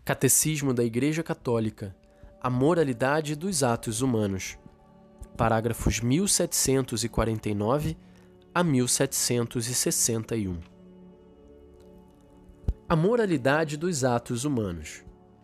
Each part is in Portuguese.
Catecismo da Igreja Católica. A moralidade dos atos humanos. Parágrafos 1749 a 1761. A moralidade dos atos humanos.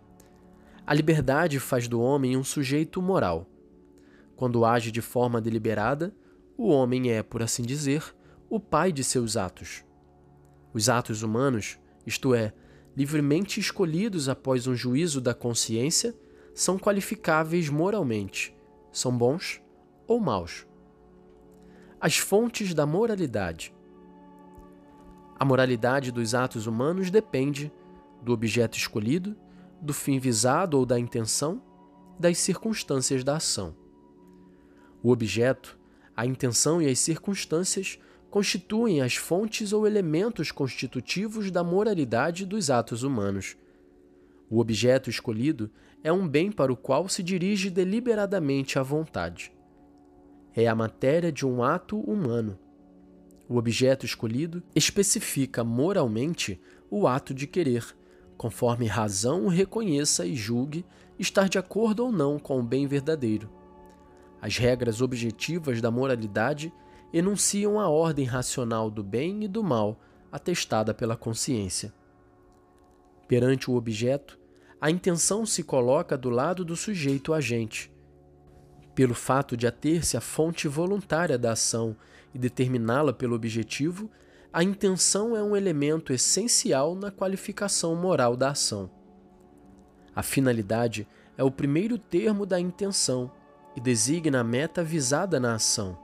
A liberdade faz do homem um sujeito moral. Quando age de forma deliberada, o homem é, por assim dizer, o pai de seus atos. Os atos humanos, isto é, livremente escolhidos após um juízo da consciência, são qualificáveis moralmente, são bons ou maus. As fontes da moralidade. A moralidade dos atos humanos depende do objeto escolhido, do fim visado ou da intenção, das circunstâncias da ação. O objeto, a intenção e as circunstâncias constituem as fontes ou elementos constitutivos da moralidade dos atos humanos. O objeto escolhido é um bem para o qual se dirige deliberadamente a vontade. É a matéria de um ato humano. O objeto escolhido especifica moralmente o ato de querer, conforme razão o reconheça e julgue estar de acordo ou não com o bem verdadeiro. As regras objetivas da moralidade enunciam a ordem racional do bem e do mal, atestada pela consciência. Perante o objeto, a intenção se coloca do lado do sujeito agente. Pelo fato de ater-se à fonte voluntária da ação e determiná-la pelo objetivo, a intenção é um elemento essencial na qualificação moral da ação. A finalidade é o primeiro termo da intenção e designa a meta visada na ação.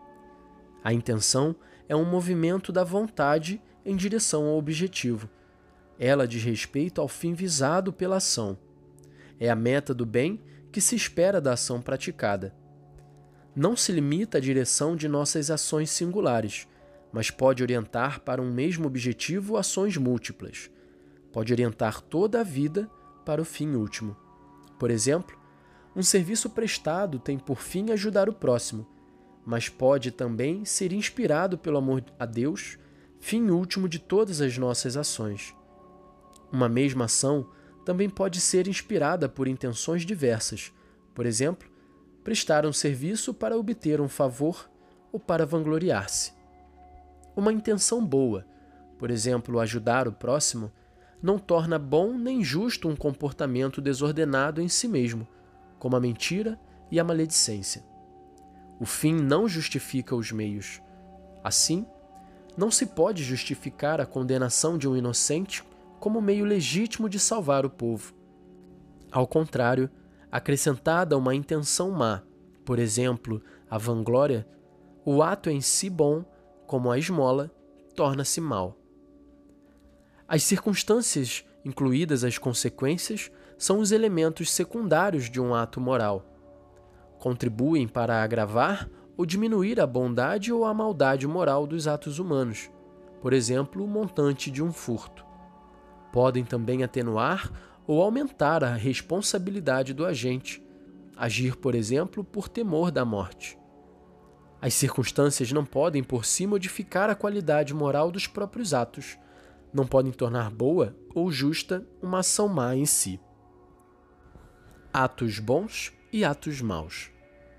A intenção é um movimento da vontade em direção ao objetivo. Ela diz respeito ao fim visado pela ação. É a meta do bem que se espera da ação praticada. Não se limita à direção de nossas ações singulares, mas pode orientar para um mesmo objetivo ações múltiplas. Pode orientar toda a vida para o fim último. Por exemplo, um serviço prestado tem por fim ajudar o próximo, mas pode também ser inspirado pelo amor a Deus, fim último de todas as nossas ações. Uma mesma ação também pode ser inspirada por intenções diversas, por exemplo, prestar um serviço para obter um favor ou para vangloriar-se. Uma intenção boa, por exemplo, ajudar o próximo, não torna bom nem justo um comportamento desordenado em si mesmo, como a mentira e a maledicência. O fim não justifica os meios. Assim, não se pode justificar a condenação de um inocente como meio legítimo de salvar o povo. Ao contrário, acrescentada uma intenção má, por exemplo, a vanglória, o ato em si bom, como a esmola, torna-se mau. As circunstâncias, incluídas as consequências, são os elementos secundários de um ato moral. Contribuem para agravar ou diminuir a bondade ou a maldade moral dos atos humanos, por exemplo, o montante de um furto. Podem também atenuar ou aumentar a responsabilidade do agente, agir, por exemplo, por temor da morte. As circunstâncias não podem por si modificar a qualidade moral dos próprios atos, não podem tornar boa ou justa uma ação má em si. Atos bons e atos maus.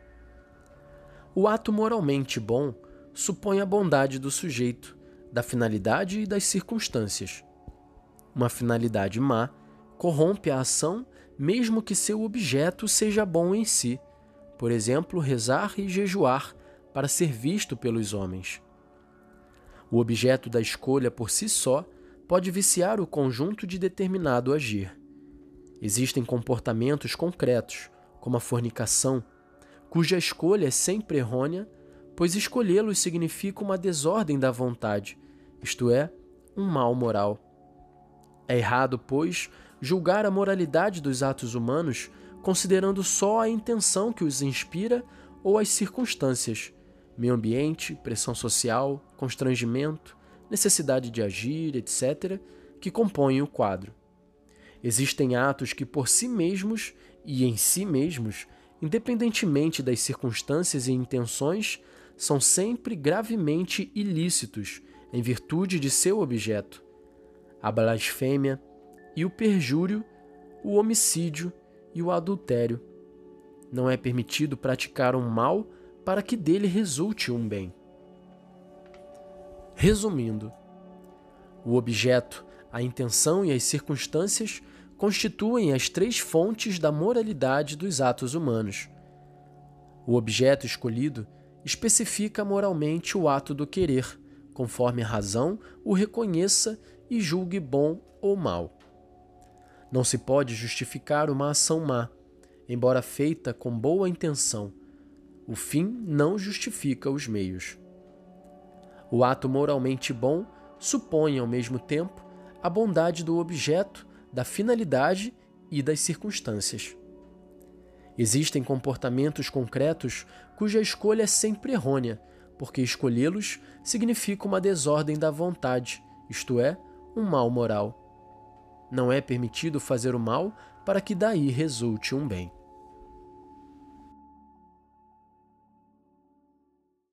O ato moralmente bom supõe a bondade do sujeito, da finalidade e das circunstâncias. Uma finalidade má corrompe a ação mesmo que seu objeto seja bom em si, por exemplo, rezar e jejuar para ser visto pelos homens. O objeto da escolha por si só pode viciar o conjunto de determinado agir. Existem comportamentos concretos, como a fornicação, cuja escolha é sempre errônea, pois escolhê-los significa uma desordem da vontade, isto é, um mal moral. É errado, pois, julgar a moralidade dos atos humanos considerando só a intenção que os inspira ou as circunstâncias, meio ambiente, pressão social, constrangimento, necessidade de agir, etc., que compõem o quadro. Existem atos que por si mesmos e em si mesmos, independentemente das circunstâncias e intenções, são sempre gravemente ilícitos em virtude de seu objeto. A blasfêmia e o perjúrio, o homicídio e o adultério. Não é permitido praticar um mal para que dele resulte um bem. Resumindo, o objeto, a intenção e as circunstâncias constituem as três fontes da moralidade dos atos humanos. O objeto escolhido especifica moralmente o ato do querer, conforme a razão o reconheça e julgue bom ou mal. Não se pode justificar uma ação má, embora feita com boa intenção. O fim não justifica os meios. O ato moralmente bom supõe, ao mesmo tempo, a bondade do objeto, da finalidade e das circunstâncias. Existem comportamentos concretos cuja escolha é sempre errônea, porque escolhê-los significa uma desordem da vontade, isto é, um mal moral. Não é permitido fazer o mal para que daí resulte um bem.